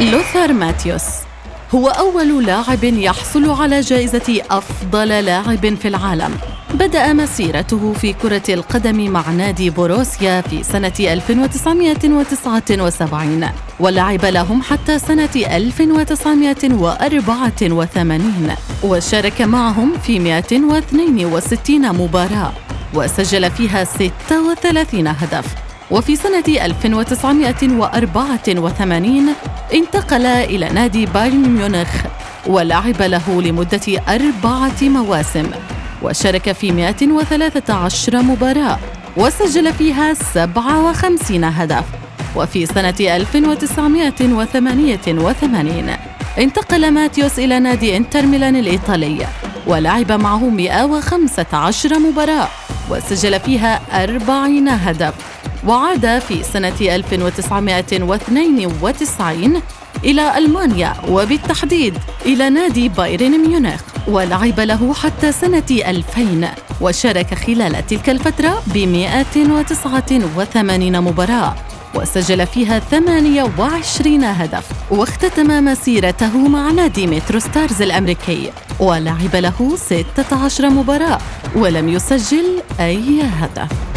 لوثر ماتيوس هو أول لاعب يحصل على جائزة أفضل لاعب في العالم. بدأ مسيرته في كرة القدم مع نادي بوروسيا في سنة 1979 ولعب لهم حتى سنة 1984 وشارك معهم في 262 مباراة وسجل فيها 36 هدف. وفي سنة 1984 انتقل إلى نادي بايرن ميونخ ولعب له لمدة 4 مواسم وشارك في 113 مباراة وسجل فيها 57 هدف. وفي سنة 1988 انتقل ماتيوس إلى نادي إنتر ميلان الإيطالي ولعب معه 115 مباراة وسجل فيها 40 هدف. وعاد في سنة 1992 إلى ألمانيا وبالتحديد إلى نادي بايرن ميونخ ولعب له حتى سنة 2000 وشارك خلال تلك الفترة ب 189 مباراة وسجل فيها 28 هدف. واختتم مسيرته مع نادي مترو ستارز الأمريكي ولعب له 16 مباراة ولم يسجل أي هدف.